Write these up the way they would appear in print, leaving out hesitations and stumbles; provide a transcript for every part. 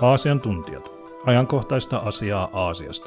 Aasian tuntijat. Ajankohtaista asiaa Aasiasta.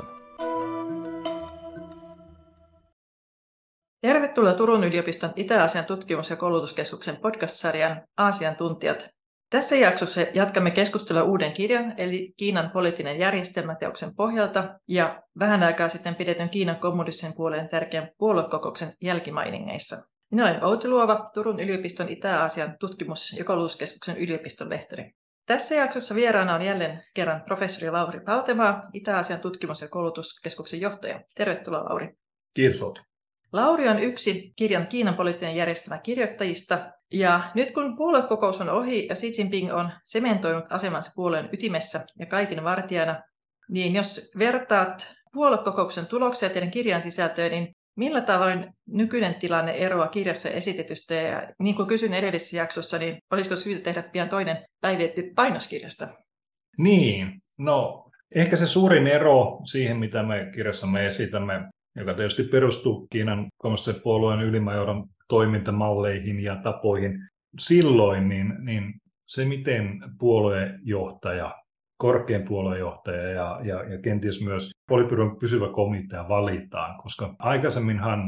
Tervetuloa Turun yliopiston Itä-Aasian tutkimus- ja koulutuskeskuksen podcast-sarjan Aasian tuntijat. Tässä jaksossa jatkamme keskustelua uuden kirjan, eli Kiinan poliittinen järjestelmä teoksen pohjalta, ja vähän aikaa sitten pidetyn Kiinan kommunistisen puolueen tärkeän puoluekokouksen jälkimainingeissa. Minä olen Outi Luova, Turun yliopiston Itä-Aasian tutkimus- ja koulutuskeskuksen yliopistonlehtori. Tässä jaksossa vieraana on jälleen kerran professori Lauri Paltemaa, Itä-Aasian tutkimus- ja koulutuskeskuksen johtaja. Tervetuloa, Lauri. Kiitos, Outi. Lauri on yksi kirjan Kiinan poliittinen järjestelmä kirjoittajista, ja nyt kun puoluekokous on ohi ja Xi Jinping on sementoinut asemansa puolueen ytimessä ja kaikin vartijana, niin jos vertaat puoluekokouksen tuloksia teidän kirjan sisältöön, niin millä tavoin nykyinen tilanne eroaa kirjassa esitetystä? Ja niin kuin kysyin edellisessä jaksossa, niin olisiko syytä tehdä pian toinen päivitetty painoskirjasta? Niin, ehkä se suurin ero siihen, mitä me kirjassamme esitämme, joka tietysti perustuu Kiinan kommunistisen puolueen ylimmän johdon toimintamalleihin ja tapoihin silloin, niin se, miten puoluejohtaja, korkein puoluejohtaja ja kenties myös politbyroon pysyvä komitea valitaan, koska aikaisemminhan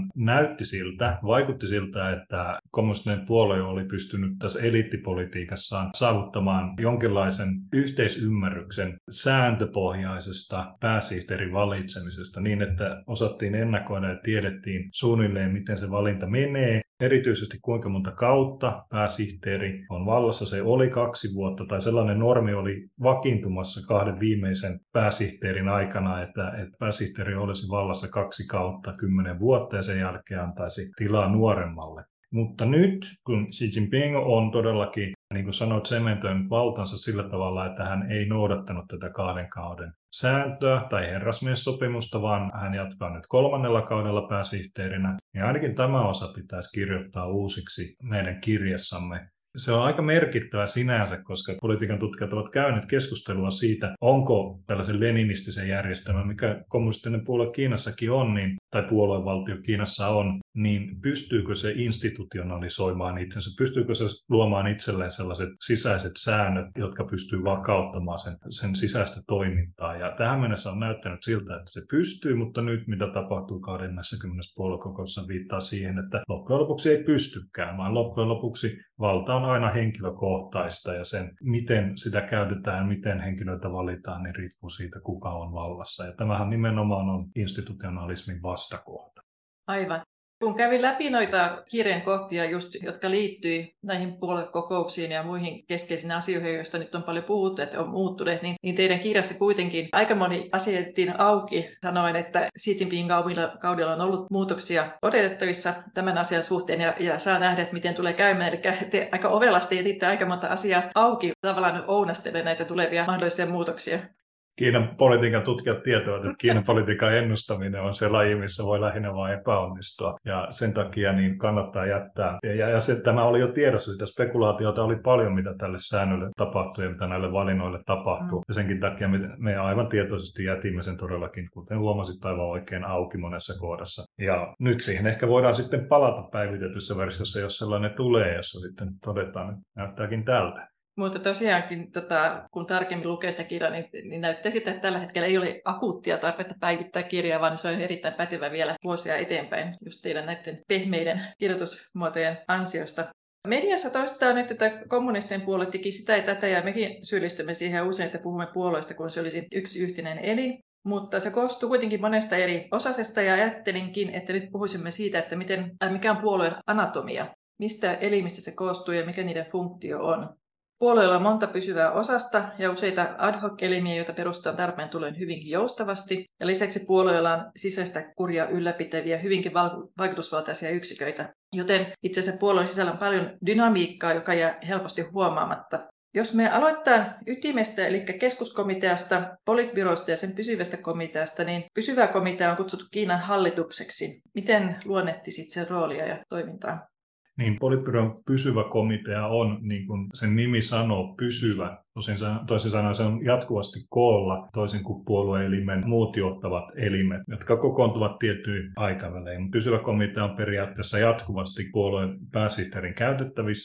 vaikutti siltä, että kommunistinen puolue oli pystynyt tässä eliittipolitiikassaan saavuttamaan jonkinlaisen yhteisymmärryksen sääntöpohjaisesta pääsihteerin valitsemisesta niin, että osattiin ennakoida ja tiedettiin suunnilleen, miten se valinta menee. Erityisesti kuinka monta kautta pääsihteeri on vallassa. Se oli 2 vuotta, tai sellainen normi oli vakiintumassa 2 viimeisen pääsihteerin aikana, että pääsihteeri olisi vallassa 2 kautta 10 vuotta ja sen jälkeen antaisi tilaa nuoremmalle. Mutta nyt, kun Xi Jinping on todellakin, niin kuin sanoit, sementoinut valtansa sillä tavalla, että hän ei noudattanut tätä 2 kauden sääntöä tai herrasmiessopimusta, vaan hän jatkaa nyt 3. kaudella pääsihteerinä, niin ainakin tämä osa pitäisi kirjoittaa uusiksi meidän kirjassamme. Se on aika merkittävä sinänsä, koska politiikan tutkijat ovat käyneet keskustelua siitä, onko tällaisen leninistisen järjestelmän, mikä kommunistinen puolue Kiinassakin on, tai puoluevaltio Kiinassa on, niin pystyykö se institutionalisoimaan itsensä, pystyykö se luomaan itselleen sellaiset sisäiset säännöt, jotka pystyy vakauttamaan sen sisäistä toimintaa. Ja tähän mennessä on näyttänyt siltä, että se pystyy, mutta nyt mitä tapahtuu 20 puoluekokouksessa viittaa siihen, että loppujen lopuksi ei pystykään, vaan loppujen lopuksi valta on aina henkilökohtaista ja sen, miten sitä käytetään, miten henkilöitä valitaan, niin riippuu siitä, kuka on vallassa. Ja tämähän nimenomaan on institutionalismin vastakohta. Aivan. Kun kävin läpi noita kirjan kohtia, jotka liittyy näihin puoluekokouksiin ja muihin keskeisiin asioihin, joista nyt on paljon puhuttu, että on muuttuneet, niin teidän kirjassa kuitenkin aika moni asia jätettiin auki. Sanoin, että Xi Jinpingin kaudella on ollut muutoksia odotettavissa tämän asian suhteen ja saa nähdä, että miten tulee käymään. Eli te aika ovelasti jätitte aika monta asiaa auki, tavallaan ounastellen näitä tulevia mahdollisia muutoksia. Kiinan politiikan tutkijat tietävät, että Kiinan politiikan ennustaminen on se laji, missä voi lähinnä vain epäonnistua. Ja sen takia niin kannattaa jättää. Tämä oli jo tiedossa, sitä spekulaatiota oli paljon, mitä tälle säännölle tapahtuu ja mitä näille valinnoille tapahtuu. Ja senkin takia me aivan tietoisesti jätimme sen todellakin, kuten huomasit, aivan oikein auki monessa kohdassa. Ja nyt siihen ehkä voidaan sitten palata päivitetyssä versiossa, jos sellainen tulee, jossa sitten todetaan, että näyttääkin tältä. Mutta tosiaankin, kun tarkemmin lukee sitä kirjaa, niin näyttää siltä, että tällä hetkellä ei ole akuuttia tarvetta päivittää kirjaa, vaan se on erittäin pätevä vielä vuosia eteenpäin just teidän näiden pehmeiden kirjoitusmuotojen ansiosta. Mediassa toistaa nyt, että kommunistinen puolue teki sitä ja tätä, ja mekin syyllistymme siihen usein, että puhumme puolueesta, kun se olisi yksi yhtenäinen elin. Mutta se koostuu kuitenkin monesta eri osasesta, ja ajattelinkin, että nyt puhuisimme siitä, että mikä on puolueen anatomia, mistä elimistä se koostuu ja mikä niiden funktio on. Puolueilla on monta pysyvää osasta ja useita ad hoc-elimiä, joita perustetaan tarpeen tullen hyvinkin joustavasti. Ja lisäksi puolueilla on sisäistä kuria ylläpitäviä, hyvinkin vaikutusvaltaisia yksiköitä. Joten itse asiassa puolueen sisällä on paljon dynamiikkaa, joka jää helposti huomaamatta. Jos me aloitetaan ytimestä, eli keskuskomiteasta, politbyrosta ja sen pysyvästä komiteasta, niin pysyvä komitea on kutsuttu Kiinan hallitukseksi. Miten luonnehtisit sen roolia ja toimintaa? Niin, politbyroon pysyvä komitea on, niin kuin sen nimi sanoo, pysyvä. Toisin sanoen se on jatkuvasti koolla, toisin kuin puolueelimen muut johtavat elimet, jotka kokoontuvat tiettyihin aikaväleihin. Pysyvä komitea on periaatteessa jatkuvasti puolueen pääsihteerin käytettävissä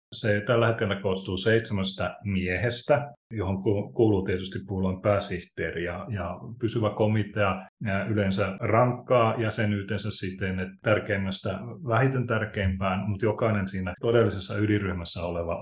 Se tällä hetkellä koostuu 7 miehestä, johon kuuluu tietysti puolueen pääsihteeri ja pysyvä komitea. Ja yleensä rankkaa jäsenyytensä siten, että tärkeimmästä vähiten tärkeimpään, mutta jokainen siinä todellisessa ydinryhmässä oleva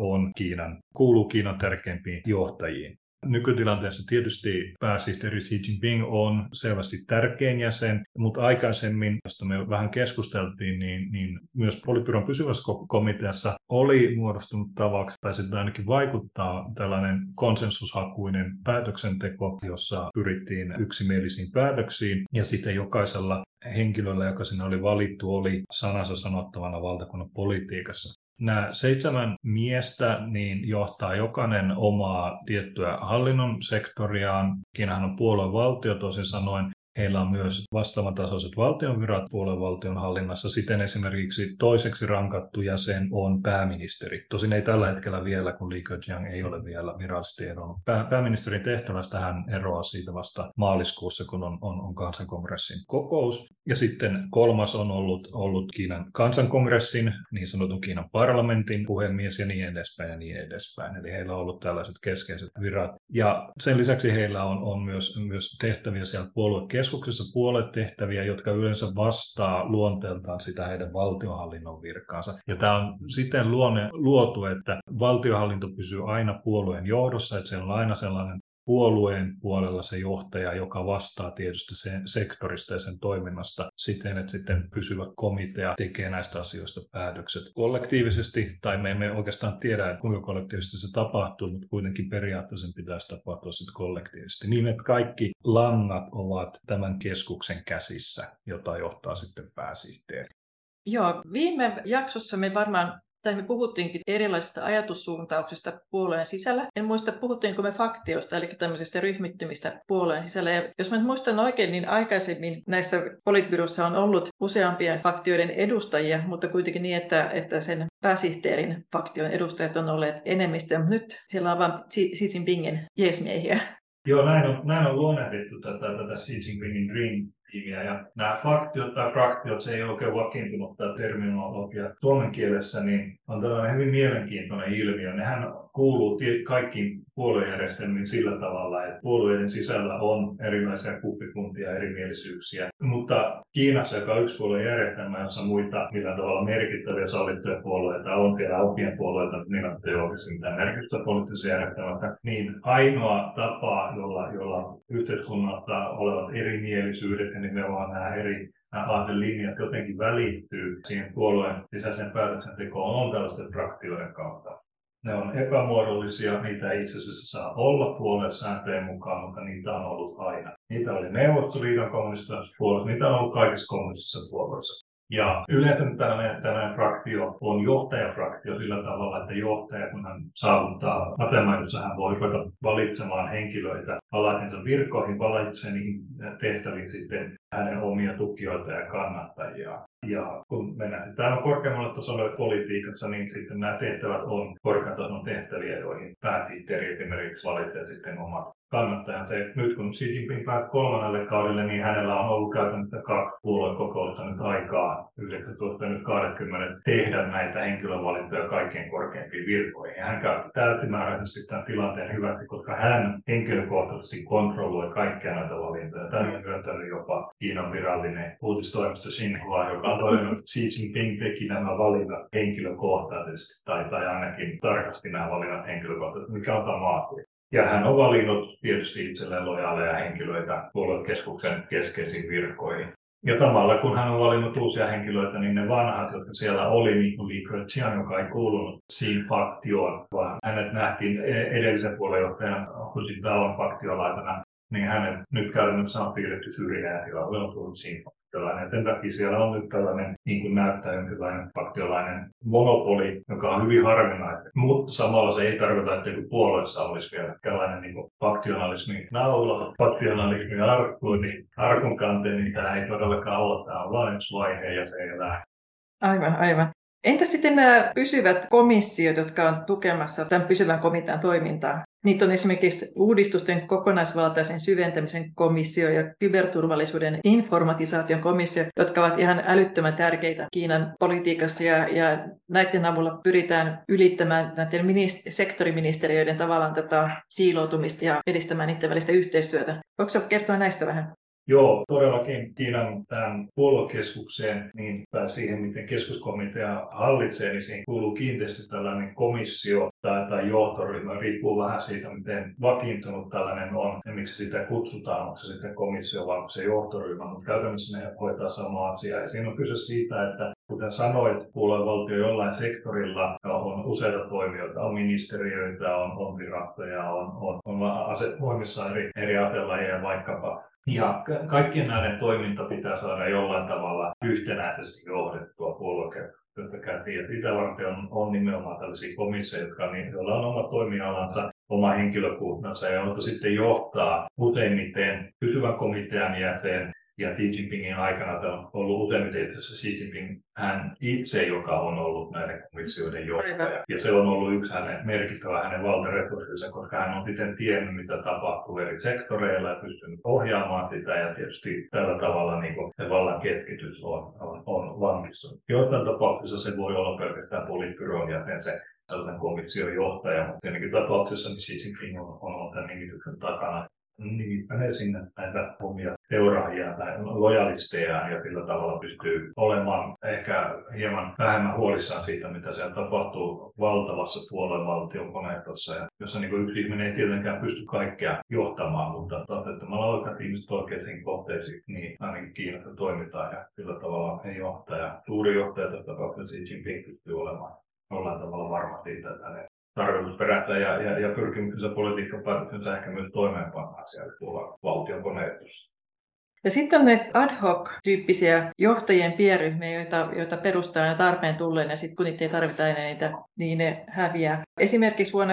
kuuluu Kiinan tärkeimpiin johtajiin. Nykytilanteessa tietysti pääsihteeri Xi Jinping on selvästi tärkein jäsen, mutta aikaisemmin, josta me vähän keskusteltiin, niin myös Politbyron pysyvässä komiteassa oli muodostunut tavaksi, tai sitten ainakin vaikuttaa tällainen konsensushakuinen päätöksenteko, jossa pyrittiin yksimielisiin päätöksiin, ja sitten jokaisella henkilöllä, joka sinne oli valittu, oli sanansa sanottavana valtakunnan politiikassa. Nämä 7 miestä niin johtaa jokainen omaa tiettyä hallinnon sektoriaan. Kiinahan on puoluevaltio, toisin sanoen. Heillä on myös vastaavan tasoiset valtionvirat puoluevaltion hallinnassa. Siten esimerkiksi toiseksi rankattu jäsen on pääministeri. Tosin ei tällä hetkellä vielä, kun Li Keqiang ei ole vielä virallisesti eronnut. Pääministerin tehtävästä hän eroaa siitä vasta maaliskuussa, kun on kansankongressin kokous. Ja sitten 3. on ollut Kiinan kansankongressin, niin sanotun Kiinan parlamentin puhemies ja niin edespäin ja niin edespäin. Eli heillä on ollut tällaiset keskeiset virat. Ja sen lisäksi heillä on myös tehtäviä siellä puoluekeskuksessa, puoluetehtäviä, jotka yleensä vastaa luonteeltaan sitä heidän valtionhallinnon virkaansa. Ja tämä on siten luotu, että valtionhallinto pysyy aina puolueen johdossa, että siellä on aina sellainen puolueen puolella se johtaja, joka vastaa tietysti sen sektorista ja sen toiminnasta siten, että sitten pysyvä komitea tekee näistä asioista päätökset kollektiivisesti, tai me emme oikeastaan tiedä, että kuinka kollektiivisesti se tapahtuu, mutta kuitenkin periaatteessa sen pitäisi tapahtua sitten kollektiivisesti, niin että kaikki langat ovat tämän keskuksen käsissä, jota johtaa sitten pääsihteeri. Joo, viime jaksossa me puhuttiinkin erilaisista ajatussuuntauksista puolueen sisällä. En muista, puhuttiinko me faktioista, eli tämmöisistä ryhmittymistä puolueen sisällä. Ja jos mä muistan oikein, niin aikaisemmin näissä politbyrossa on ollut useampia faktioiden edustajia, mutta kuitenkin niin, että sen pääsihteerin faktion edustajat on olleet enemmistö. Nyt siellä on vain Xi Jinpingin jeesmiehiä. Joo, näin on luonnehdittu tätä Xi Jinpingin Dream-tiimiä. Ja nämä faktiot tai praktiot, se ei ole oikein vakiintunut tämä terminologia suomen kielessä, niin on tällainen hyvin mielenkiintoinen ilmiö. Nehän kuuluu kaikkiin puoluejärjestelmiin sillä tavalla, että puolueiden sisällä on erilaisia kuppikuntia, erimielisyyksiä. Mutta Kiinassa, joka on yksi puoluejärjestelmä, jossa muita millään tavalla merkittäviä sallittuja puolueita on vielä opien puolueita, mutta niillä ei oikeasti mitään merkitystä poliittisessa järjestelmässä, niin ainoa tapa, jolla yhteiskunnassa olevat erimielisyydet ja nimenomaan nämä eri aatelinjat jotenkin välittyy siihen puolueen sisäiseen päätöksentekoon on tällaisten fraktioiden kautta. Ne on epämuodollisia, niitä ei itse asiassa saa olla puoluesääntöjen mukaan, mutta niitä on ollut aina. Niitä oli Neuvostoliiton kommunistisessa puolueessa, niitä on ollut kaikissa kommunistisissa puolueissa. Ja yleensä tällainen fraktio on johtajafraktio sillä tavalla, että johtaja, kun hän saavuttaa matemaatikassa, hän voi ruveta valitsemaan henkilöitä alaisensa virkoihin, valitsee niihin tehtäviin sitten hänen omia tukijoita ja kannattajia. Ja kun mennään täällä korkeammalla tasolla politiikassa, niin sitten nämä tehtävät on korkean tason tehtäviä, joihin pääsihteeri esimerkiksi valitsee sitten omat kannattajansa. Nyt kun Xi Jinping päätti 3. kaudelle, niin hänellä on ollut käytännössä 2 puoluekokousta nyt aikaa 1920 tehdä näitä henkilövalintoja kaikkein korkeimpiin virkoihin. Ja hän käytti täysimääräisesti tämän tilanteen hyväksi, koska hän henkilökohtaisesti kontrolloi kaikkia näitä valintoja. Tämä on myöntänyt jopa Kiinan virallinen uutistoimisto Xinhua, joka on todennut, että Xi Jinping teki nämä valinnat henkilökohtaisesti, tai ainakin tarkasti nämä valinnat henkilökohtaisesti, mikä on dramaattista. Ja hän on valinnut tietysti itselleen lojaaleja henkilöitä puoluekeskuksen keskeisiin virkoihin. Ja samalla kun hän on valinnut uusia henkilöitä, niin ne vanhat, jotka siellä oli, niin kuin Li Keqiang, joka ei kuulunut Xin faktioon, vaan hänet nähtiin edellisen puoluejohtajan Hu Jintaon faktiolaitana, niin hänet nyt käytännössä on piirretty syrjään ja tilalle on tullut Xin faktiolainen. Sen takia siellä on nyt tällainen, niin kuin näyttää jonkinlainen faktiolainen monopoli, joka on hyvin harvinainen. Mutta samalla se ei tarkoita, että puolueessa olisi vielä tällainen niin faktionalismi naula, faktionalismi arkku, niin arkun kanteen, niin tämä ei todellakaan ole. Tämä on vain yksi vaihe ja se elää. Aivan. Entä sitten nämä pysyvät komissiot, jotka on tukemassa tämän pysyvän komitean toimintaa? Niitä on esimerkiksi uudistusten kokonaisvaltaisen syventämisen komissio ja kyberturvallisuuden informatisaation komissio, jotka ovat ihan älyttömän tärkeitä Kiinan politiikassa ja näiden avulla pyritään ylittämään näiden sektoriministeriöiden tavallaan tätä siiloutumista ja edistämään niiden välistä yhteistyötä. Voitko sinä kertoa näistä vähän? Joo, todellakin Kiinan tähän puoluekeskukseen, niin siihen miten keskuskomitea hallitsee, niin siihen kuuluu kiinteästi tällainen komissio tai johtoryhmä, riippuu vähän siitä, miten vakiintunut tällainen on ja miksi sitä kutsutaan, onko se sitten komissio vai onko se johtoryhmä, mutta käytännössä ne hoitaa samaa asiaa. Ja siinä on kyse siitä, että kuten sanoit, puoluevaltio jollain sektorilla on useita toimijoita, on ministeriöitä, on virastoja, on voimissa eri aselajeja vaikkapa. Ja kaikkien näiden toiminta pitää saada jollain tavalla yhtenäisesti johdettua puoluekeskustelusta käsiin. Sitä varten on nimenomaan tällaisia komisseja, joilla on oma toimialansa, oma henkilökuntansa, joita sitten johtaa useimmiten pysyvän komitean jäsen. Ja Xi Jinpingin aikana on ollut useimmiten itse asiassa Xi Jinping hän itse, joka on ollut näiden komissioiden johtaja. Ja se on ollut yksi merkittävä hänen valtaresurssinsa, koska hän on sitten tiennyt, mitä tapahtuu eri sektoreilla ja pystynyt ohjaamaan sitä. Ja tietysti tällä tavalla niin se vallan keskitys on vangistunut. Jossain tapauksessa se voi olla pelkästään politbyroon jäsen se sellaisen komission johtaja, mutta siinäkin tapauksessa niin Xi Jinping on tämän nimityksen takana. Nimittäin sinne näitä omia seuraajia tai lojalistejaan ja sillä tavalla pystyy olemaan ehkä hieman vähemmän huolissaan siitä, mitä siellä tapahtuu valtavassa puoluevaltiokoneetossa, jossa niin yksi ihminen ei tietenkään pysty kaikkea johtamaan, mutta asettamalla oikeat ihmiset oikeisiin kohteisiin, niin ainakin Kiinassa toimitaan ja sillä tavalla ei johtaja. Suuri johtaja tässä tapauksessa Xi Jinping pystyy olemaan jollain tavalla varma siitä, että ne tarkoitusperäistä ja pyrkimyksensä politiikkapäätöksensä ehkä myös toimeenpannaan siellä tuolla valtion koneetossa. Ja sitten on ne ad hoc-tyyppisiä johtajien pienryhmiä, joita perustaa aina tarpeen tulleen, ja sitten kun niitä ei tarvita enää niitä, niin ne häviää. Esimerkiksi vuonna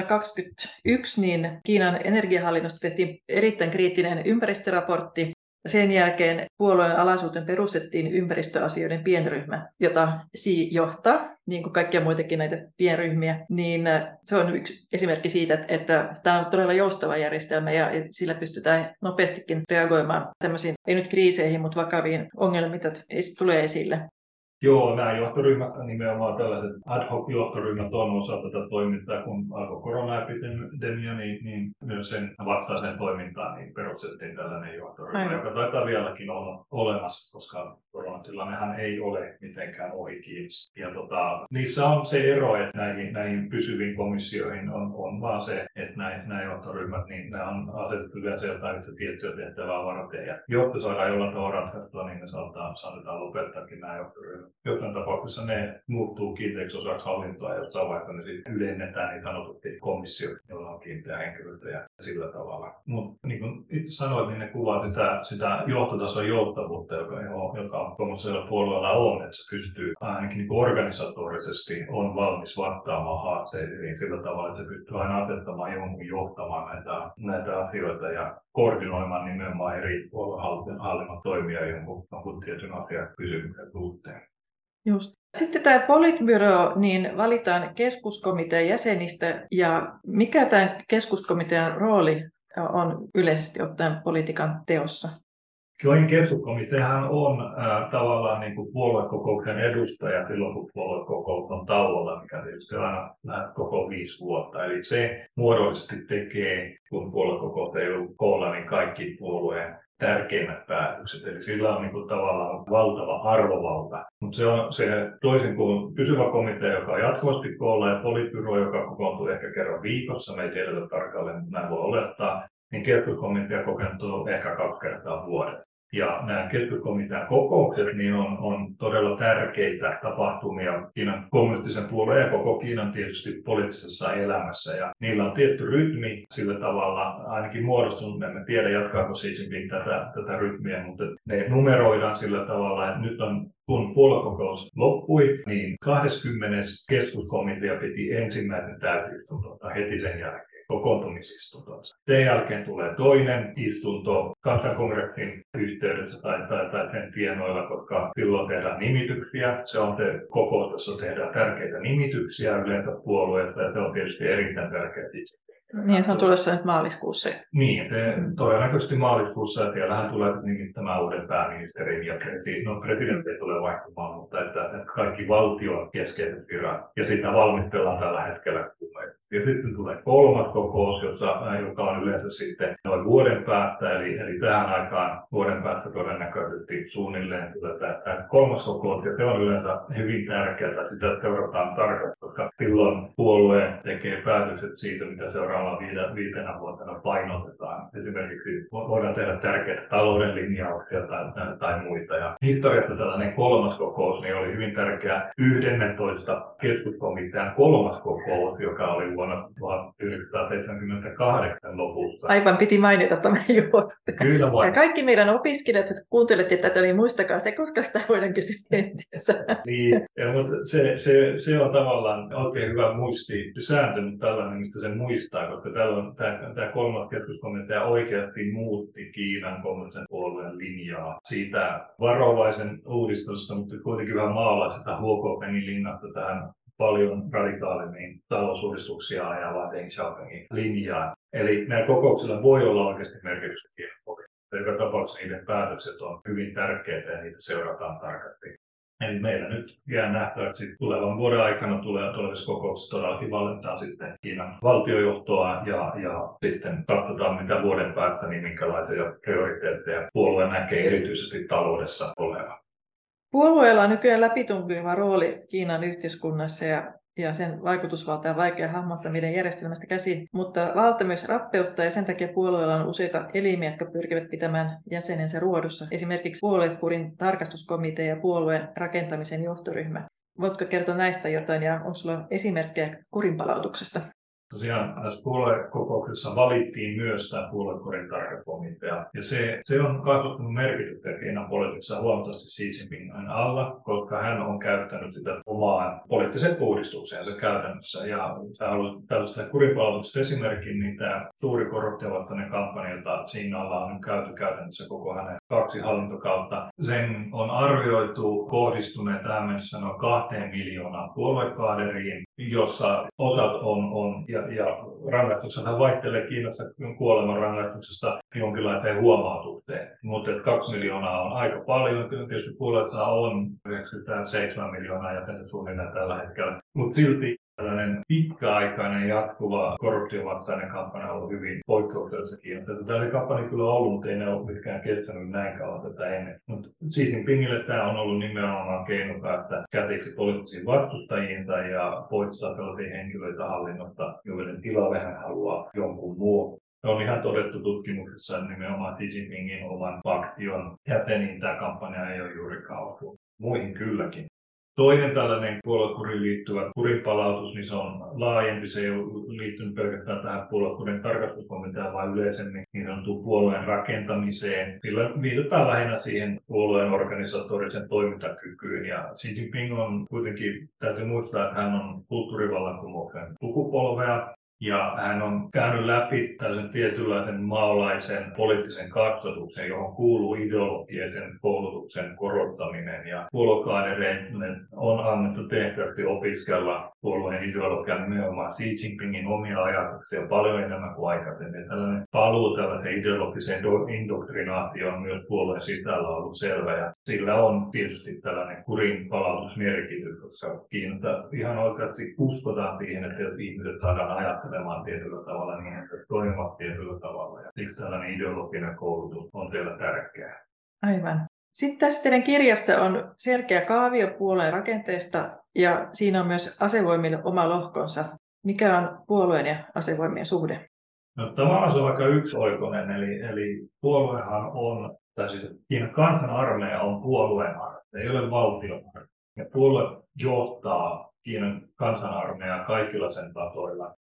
2021 niin Kiinan energiahallinnosta tehtiin erittäin kriittinen ympäristöraportti. Sen jälkeen puolueen alaisuuteen perustettiin ympäristöasioiden pienryhmä, jota Xi johtaa, niin kuin kaikkia muitakin näitä pienryhmiä. Niin se on yksi esimerkki siitä, että tämä on todella joustava järjestelmä ja sillä pystytään nopeastikin reagoimaan tämmöisiin, ei nyt kriiseihin, mutta vakaviin ongelmiin, mitä tulee esille. Joo, nämä johtoryhmät, nimenomaan tällaiset ad hoc johtoryhmät on osa tätä toimintaa, kun alkoi koronaepidemia, niin myös sen vastaiseen toimintaan niin perustettiin tällainen johtoryhmä, joka taitaa vieläkin olla olemassa, koska koronatilannehan ei ole mitenkään ohi kiinni. Ja niissä on se ero, että näihin pysyviin komissioihin on vaan se, että nämä johtoryhmät, niin nämä on asetettu yleensä jotain tiettyä tehtävää varten. Ja jotta saadaan jollain tavalla ratkaistua, niin ne saatetaan lopettaakin nämä johtoryhmät. Jotain tapauksessa ne muuttuu kiinteäksi osaksi hallintoa ja jossain vaiheessa ne sitten ylennetään niin sanotusti komissio, jolla on kiinteä henkilöstö ja sillä tavalla. Mutta niin kuin itse sanoit, niin ne kuvaa sitä johtotason joustavuutta, joka on tuollaisella puolueella on, että se pystyy ainakin niin organisatorisesti on valmis vastaamaan haasteisiin sillä tavalla, että se pystyy aina asettamaan jonkun johtamaan näitä asioita ja koordinoimaan nimenomaan eri hallinnon toimia jonkun tietyn asian kysymyksen suhteen. Just. Sitten tämä politbyro niin valitaan keskuskomitean jäsenistä ja mikä tämän keskuskomitean rooli on yleisesti ottaen politiikan teossa? Joihin keskuskomiteahan on tavallaan niin kuin puoluekokouksen edustaja silloin, kun puoluekokous on tauolla, mikä tietysti aina koko 5 vuotta. Eli se muodollisesti tekee, kun puoluekokous ei ollut koolla, niin kaikki puolueen tärkeimmät päätökset. Eli sillä on niin kuin tavallaan valtava arvovalta. Mutta se on se toisin kuin pysyvä komitea, joka on jatkuvasti koolla, ja politbyro, joka kokoontuu ehkä kerran viikossa, me ei tiedetä tarkalleen, mutta näin voi olettaa, niin keskuskomitea kokoontuu ehkä 2 kertaa vuodessa. Ja nämä keskuskomitean kokoukset niin on todella tärkeitä tapahtumia Kiinan kommunistisen puolueen ja koko Kiinan tietysti poliittisessa elämässä. Ja niillä on tietty rytmi sillä tavalla, ainakin muodostunut, emme tiedä jatkaako Xi Jinping tätä rytmiä, mutta ne numeroidaan sillä tavalla, että nyt on kun puoluekokous loppui, niin 20. keskuskomitea piti ensimmäisen täysistunnon heti sen jälkeen. kokoontumisistuntonsa. Sen jälkeen tulee toinen istunto kansankongressin yhteydessä tai sen tienoilla, koska silloin tehdään nimityksiä. Se on se kokous, jossa tehdään tärkeitä nimityksiä yleensä puolueesta, ja se on tietysti erittäin tärkeä itse. Niin, se on tulossa nyt maaliskuussa. Niin, todennäköisesti maaliskuussa, ja siellähän tulee nimittämään uuden pääministerin, ja presidentti ei tule vaihtumaan, mutta että kaikki valtion keskeiset virat, ja sitä valmistellaan tällä hetkellä. Ja sitten tulee kolmas kokous, joka on yleensä sitten noin vuoden päästä, eli tähän aikaan vuoden päästä todennäköisesti suunnilleen tulee tämä kolmas kokous, ja se on yleensä hyvin tärkeää, että sitä seurataan tarkasti, koska silloin puolue tekee päätökset siitä, mitä seuraavalla 5 vuotena painotetaan. Esimerkiksi voidaan tehdä tärkeitä talouden linjauksia tai muita. Ja historiassa tällainen kolmas kokous niin oli hyvin tärkeä 11 keskuskomitean kolmas kokous, joka oli vuonna 1978 lopussa. Aivan piti mainita tämä juttu. Kyllä vain. Ja kaikki meidän opiskelijat, jotka kuuntelette tätä, niin muistakaa se, koska sitä voidaan kysyä entissä. Niin, mutta se on tavallaan oikein hyvä muistisääntö, mutta tällainen, mistä sen muistaa, koska tämä kolmas keskuskomitea oikeasti muutti Kiinan kommunistisen puolueen linjaa siitä varovaisen uudistusta, mutta kuitenkin vähän maalaiselta HKP:n linnasta tähän paljon radikaalimmin talousuudistuksia ajavaa Deng Xiaopingin linjaan. Eli näillä kokouksilla voi olla oikeasti merkitystä Kiinan politiikassa. Joka tapauksessa niiden päätökset on hyvin tärkeitä ja niitä seurataan tarkasti. Eli meillä nyt jää nähtäväksi tulevan vuoden aikana tulevissa kokouksissa todellakin valitaan sitten Kiinan valtiojohtoa ja sitten katsotaan mitä vuoden päästä, niin minkälaisia prioriteetteja puolue näkee erityisesti taloudessa olevan. Puolueella on nykyään läpituntuva rooli Kiinan yhteiskunnassa ja sen vaikutusvalta on vaikea hahmottaa meidän järjestelmästä käsin, mutta valta myös rappeuttaa ja sen takia puolueella on useita elimiä, jotka pyrkivät pitämään jäsenensä ruodussa. Esimerkiksi puoluekurin tarkastuskomitea ja puolueen rakentamisen johtoryhmä. Voitko kertoa näistä jotain ja onko sinulla esimerkkejä kurinpalautuksesta? Tosiaan tässä puoluekokouksessa valittiin myös tämä puoluekurin tarkastuskomitea. Ja se on kasvattanut merkitystä Kiinan politiikassa huomattavasti Xi Jinpingin alla, koska hän on käyttänyt sitä omaan poliittisen uudistukseensa käytännössä. Ja sä haluaisit tällaista kurinpalautuksesta esimerkin, niin tämä suuri korruptiovastainen kampanja, jota siinä alla on käyty käytännössä koko hänen 2 hallintokautta. Sen on arvioitu kohdistuneen tähän mennessä noin 2 miljoonaan puoluekaaderiin, jossa osat on ja rangaistuksethan vaihtelee Kiinassa kuoleman rangaistuksesta jonkinlaiseen huomautukseen. Mutta 2 miljoonaa on aika paljon. Tietysti puolueita on 97 miljoonaa jäsentä suunnilleen tällä hetkellä. Mutta silti tällainen pitkäaikainen jatkuva korruptiovastainen kampanja on ollut hyvin poikkeuksellista Kiinassa. Tämä kampanja kyllä ollut, mutta ei ne ole mitkään kestänyt näin kauan tätä ennen. Mutta Xi Jinpingille tämä on ollut nimenomaan keino päästä kätiksi poliittisiin vastustajiin ja poistaa sellaisia henkilöitä hallinnosta, joiden tilalle hän haluaa jonkun muun. On ihan todettu tutkimuksessa nimenomaan Xi Jinpingin oman faktion jäseniin tämä kampanja ei ole juurikaan ollut. Muihin kylläkin. Toinen tällainen puoluekuriin liittyvä kurinpalautus, niin se on laajempi. Se ei ole liittynyt pelkästään tähän puoluekurin tarkastuskomiteaan, vaan yleisemmin niin sanottuun puolueen rakentamiseen. Sillä viitataan lähinnä siihen puolueen organisatorisen toimintakykyyn. Ja Xi Jinping on kuitenkin, täytyy muistaa, että hän on kulttuurivallankumouksen sukupolvea. Ja hän on käynyt läpi tällaisen tietynlaisen maalaisen poliittisen kasvatuksen, johon kuuluu ideologisen koulutuksen korottaminen. Ja puoluekaadereille on annettu tehtäväksi opiskella puolueen ideologian nimenomaan Xi Jinpingin omia ajatuksia paljon enemmän kuin aikaisemmin. Tällainen paluu tällaiseen ideologiseen indoktrinaatioon myös puolueen sisällä on ollut selvä. Ja sillä on tietysti tällainen kurinpalautusmerkitys, koska Kiinassa ihan oikeasti uskotaan siihen, että ihmiset saadaan ajattelemaan tietyllä tavalla niin, että toimivat tietyllä tavalla. Ja siksi tällainen ideologinen koulutus on teillä tärkeää. Aivan. Sitten tässä teidän kirjassa on selkeä kaavio puolueen rakenteesta ja siinä on myös asevoimille oma lohkonsa. Mikä on puolueen ja asevoimien suhde? No, tavallaan se on aika yksioikoinen, eli puoluehan on, tai siis Kiinan kansanarmeija on puolueen armeija, ei ole valtion armeija. Ja puolue johtaa Kiinan kansanarmeijaa kaikilla sen tasoilla.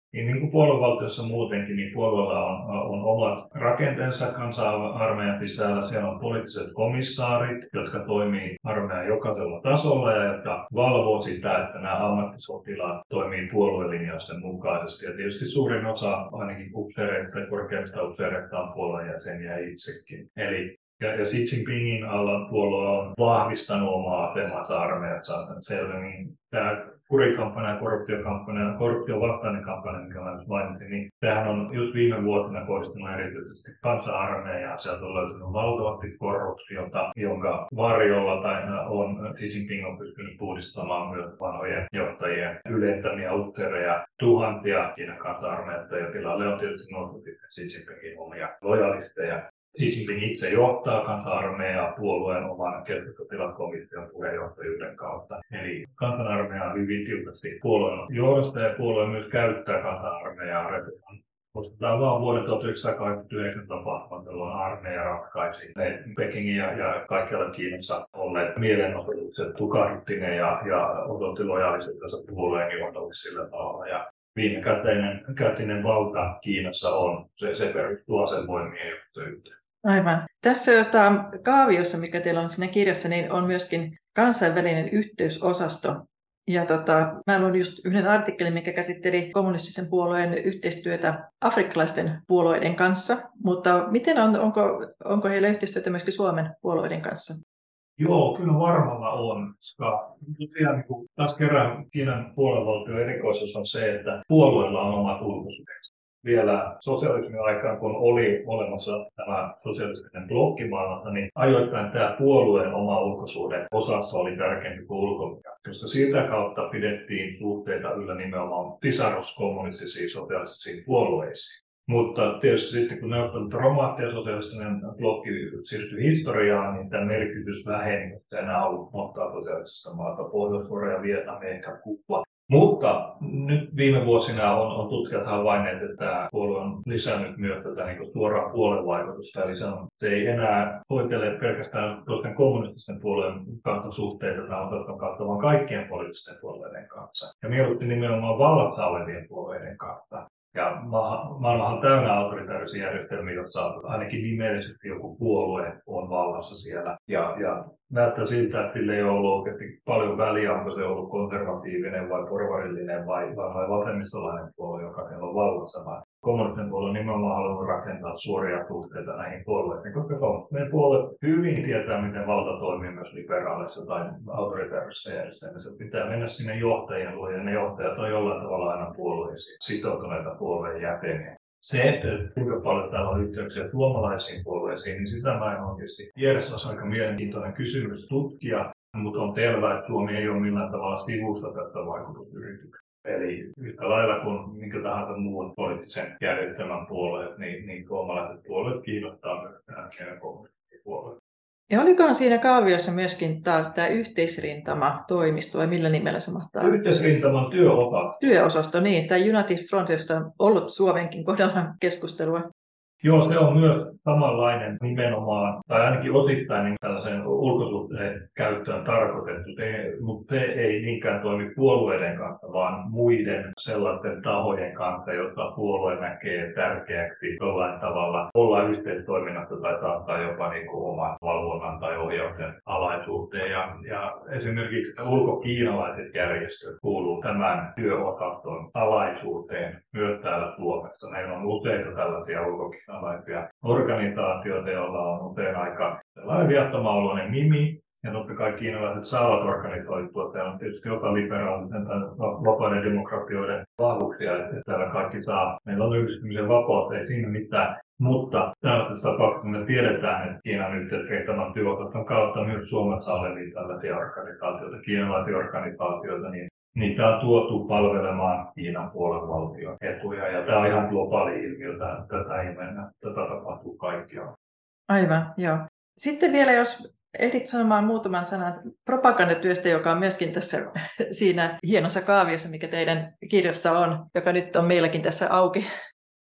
Niin kuin puoluevaltiossa muutenkin, niin puolueella on omat rakenteensa kansa-armeijan sisällä. Siellä on poliittiset komissaarit, jotka toimii armeijan jokaisella tasolla ja jotka valvoo sitä, että nämä ammattisotilaat toimii puoluelinjausten mukaisesti. Ja tietysti suurin osa ainakin upseereista ja korkeimmista upseereista on puolueen jäseniä itsekin. Ja Xi Jinpingin alla puolue on vahvistanut omaa asemansa armeijassa selvemmin. Tämä kurikampanja, korruption vastainen kampanja, mikä mä nyt mainitsin, niin tämähän on just viime vuotena kohdistunut erityisesti kansa-armeijaan. Sieltä on löytynyt valtavasti korruptiota, jonka varjolla Xi Jinping on pystynyt puhdistamaan myös vanhojen johtajien ylentämiä upseereja, tuhansia Kiinan kansa-armeijasta, ja tilalle on tietysti noussut Xi Jinpingin omia lojalisteja. Xi Jinping itse johtaa kansa-armeijaa puolueen oman keskustelutilakomission puheenjohtajuuden kautta. Eli kansa-armeija on hyvin tiukasti puolueen johdosta ja puolue myös käyttää kansa-armeijaa. Muistetaan vaan vuoden 1989 tapahtuman, jolloin armeija ratkaisi Pekingin ja kaikkialla Kiinassa olleet mielenosoitukset, tukahdutti ne ja odotti lojaalisuutensa puolueen johdolle sillä tavalla. Ja viimekätinen valta Kiinassa on, se perustuu asevoimien johtajuuteen. Aivan. Tässä kaaviossa, mikä teillä on siinä kirjassa, niin on myöskin kansainvälinen yhteysosasto. Ja mä luin just yhden artikkelin, mikä käsitteli kommunistisen puolueen yhteistyötä afrikkalaisten puolueiden kanssa. Mutta miten onko heillä yhteistyötä myöskin Suomen puolueiden kanssa? Joo, kyllä varmalla on. Koska tosiaan taas kerran Kiinan puoluevaltion erikoisuus on se, että puolueilla on omat ulkosuhteensa. Vielä sosialismin aikaan, kun oli olemassa tämä sosialistinen blokkimaailma, niin ajoittain tämä puolueen oma ulkosuhde osassa oli tärkeämpi kuin ulkosuhde, koska siitä kautta pidettiin suhteita yllä nimenomaan sisaruskommunistisiin sosialistisiin puolueisiin. Mutta tietysti sitten kun neuvottelut romahti ja sosialistinen blokki siirtyi historiaan, niin tämä merkitys väheni, että enää ollut montaa sosialistisesta maata, Pohjois-Korea, Vietnam, ehkä Kuba. Mutta nyt viime vuosina on tutkijat havainneet, että tämä puolue on lisännyt myös tätä suoraa puoluevaikutusta. Eli se ei enää hoitele pelkästään kommunististen puolueen kanssa suhteita tämän kautta, vaan kaikkien poliittisten puolueiden kanssa. Ja mieluusti nimenomaan vallassa olevien puolueiden kanssa. Ja maailmahan on täynnä autoritaarisia järjestelmiä, joissa ainakin nimellisesti joku puolue on vallassa siellä. Ja näyttää siltä, että sillä ei ole ollut oikeasti paljon väliä, onko se ollut konservatiivinen vai porvarillinen vai vasemmistolainen puolue, joka siellä on vallassa. Vaan kommunistinen puolue nimenomaan haluaa rakentaa suoria suhteita näihin puolueisiin, koska meidän puolue hyvin tietää, miten valta toimii myös liberaalissa tai autoritaarisessa järjestelmässä. Pitää mennä sinne johtajien luo, ja ne johtajat on jollain tavalla aina puolueisiin sitoutuneita puolueen jäseniä. Se, että kuinka paljon täällä on yhteyksiä suomalaisiin puolueisiin, niin sitä mä en oikeasti tiedä. Se olisi aika mielenkiintoinen kysymys tutkia, mutta on selvää, että Suomi ei ole millään tavalla sivussa tästä vaikutusyrityksestä. Eli yhtä lailla kuin minkä tahansa muun poliittisen järjestelmän puolueet, niin suomalaiset puolueet kiinnostaa myös tähän kommunistisiin. Ja olikohan siinä kaaviossa myöskin tämä yhteisrintama-toimisto, vai millä nimellä se mahtaa? Yhteisrintaman työosasto. Työosasto, niin. Tämä United Front, josta on ollut Suomenkin kohdalla keskustelua. Joo, se on myös samanlainen nimenomaan, tai ainakin osittain niin tällaisen ulkosuhteen käyttöön tarkoitettu, mutta se ei niinkään toimi puolueiden kanssa, vaan muiden sellaisten tahojen kanssa, joita puolue näkee tärkeäksi jollain tavalla olla yhteistoiminnassa tai saattaa jopa oman valvonnan tai ohjauksen alaisuuteen. Ja esimerkiksi ulkokiinalaiset järjestöt kuuluu tämän työosaston alaisuuteen myös täällä Suomessa. Meillä on useita tällaisia ulkokiinalaisia organisaatioita, joilla on usein aika sellainen viattomaoloinen nimi. Ja totta kai kiinalaiset saavat organisoitua. Täällä on tietysti joka liberaalisen tai vapaiden demokratioiden vahvuuksia, että täällä kaikki saa. Meillä on yhdistymisen vapautta, ei siinä mitään. Mutta tällaisessa tapauksessa me tiedetään, että Kiinan yhteisrintaman työosaston kautta myös Suomessa olevia tällaisia organisaatioita, kiinalaisia organisaatioita, niin niitä on tuotu palvelemaan Kiinan puolenvaltion etuja. Ja tämä on ihan globaali ilmiö, tätä ei mennä, tätä tapahtuu kaikkialla. Aivan, joo. Sitten vielä, jos ehdit sanomaan muutaman sanan propagandatyöstä, joka on myöskin tässä siinä hienossa kaaviossa, mikä teidän kirjassa on, joka nyt on meilläkin tässä auki.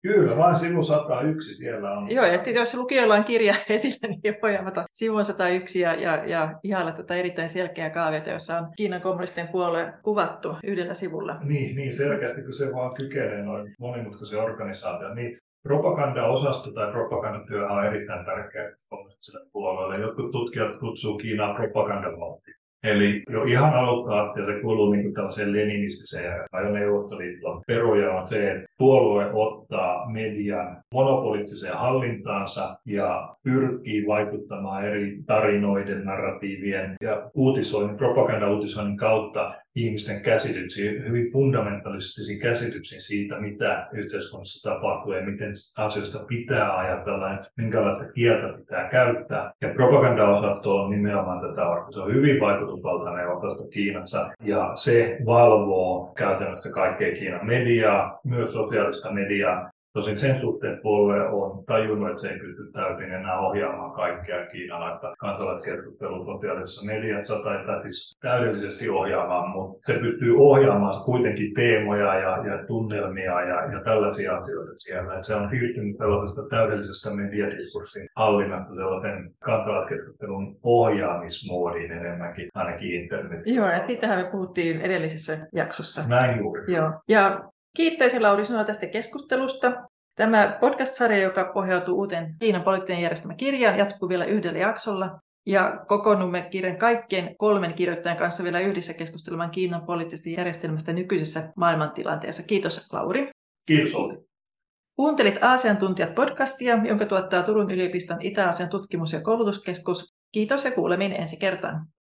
Kyllä, vain sivu 101 siellä on. Joo, ja jos lukijoilla on kirja esillä, niin voi avata sivun 101 ja ihailla tätä erittäin selkeää kaaviota, jossa on Kiinan kommunistinen puolue kuvattu yhdellä sivulla. Niin selkeästi, kun se vaan kykenee noin monimutkaisen organisaation. Niin propaganda-osasto tai propagandatyö on erittäin tärkeä kommunistiselle puolueelle. Jotkut tutkijat kutsuu Kiinaa propagandavaltioon. Eli jo ihan alusta, ja se kuuluu niin kuin tällaiseen leninistiseen ja Neuvostoliiton peruja on se, että puolue ottaa median monopolittiseen hallintaansa ja pyrkii vaikuttamaan eri tarinoiden, narratiivien ja propaganda-uutisoinnin kautta ihmisten käsityksiin, hyvin fundamentalistisiin käsityksiin siitä, mitä yhteiskunnassa tapahtuu ja miten asioista pitää ajatella ja minkälaista kieltä pitää käyttää. Ja propaganda-osasto on nimenomaan tätä varten. Se on hyvin vaikutusvaltainen osasto Kiinassa ja se valvoo käytännössä kaikkea Kiinan mediaa, myös sosiaalista mediaa. Tosin sen suhteen puolue on tajunnut, että se ei pysty täysin enää ohjaamaan kaikkea kiinalaista kansalaiskeskustelua sosiaalisessa mediassa tai siis täydellisesti ohjaamaan, mutta se pystyy ohjaamaan kuitenkin teemoja ja tunnelmia ja tällaisia asioita siellä. Et se on siirtynyt sellaisesta täydellisestä mediadiskurssin hallinnasta sellaisen kansalaiskeskustelun ohjaamismoodiin enemmänkin, ainakin internetin. Joo, ja siitähän me puhuttiin edellisessä jaksossa. Näin juuri. Joo. Ja kiittäisin Lauri sinua tästä keskustelusta. Tämä podcast-sarja, joka pohjautuu uuteen Kiinan poliittinen järjestelmä -kirjaan, jatkuu vielä yhdellä jaksolla. Ja kokoonnumme kirjan kaikkien 3 kirjoittajan kanssa vielä yhdessä keskustelemaan Kiinan poliittisesta järjestelmästä nykyisessä maailmantilanteessa. Kiitos, Lauri. Kiitos, Olli. Kuuntelit Aasian-tuntijat podcastia, jonka tuottaa Turun yliopiston Itä-Aasian tutkimus- ja koulutuskeskus. Kiitos ja kuulemiin ensi kertaan.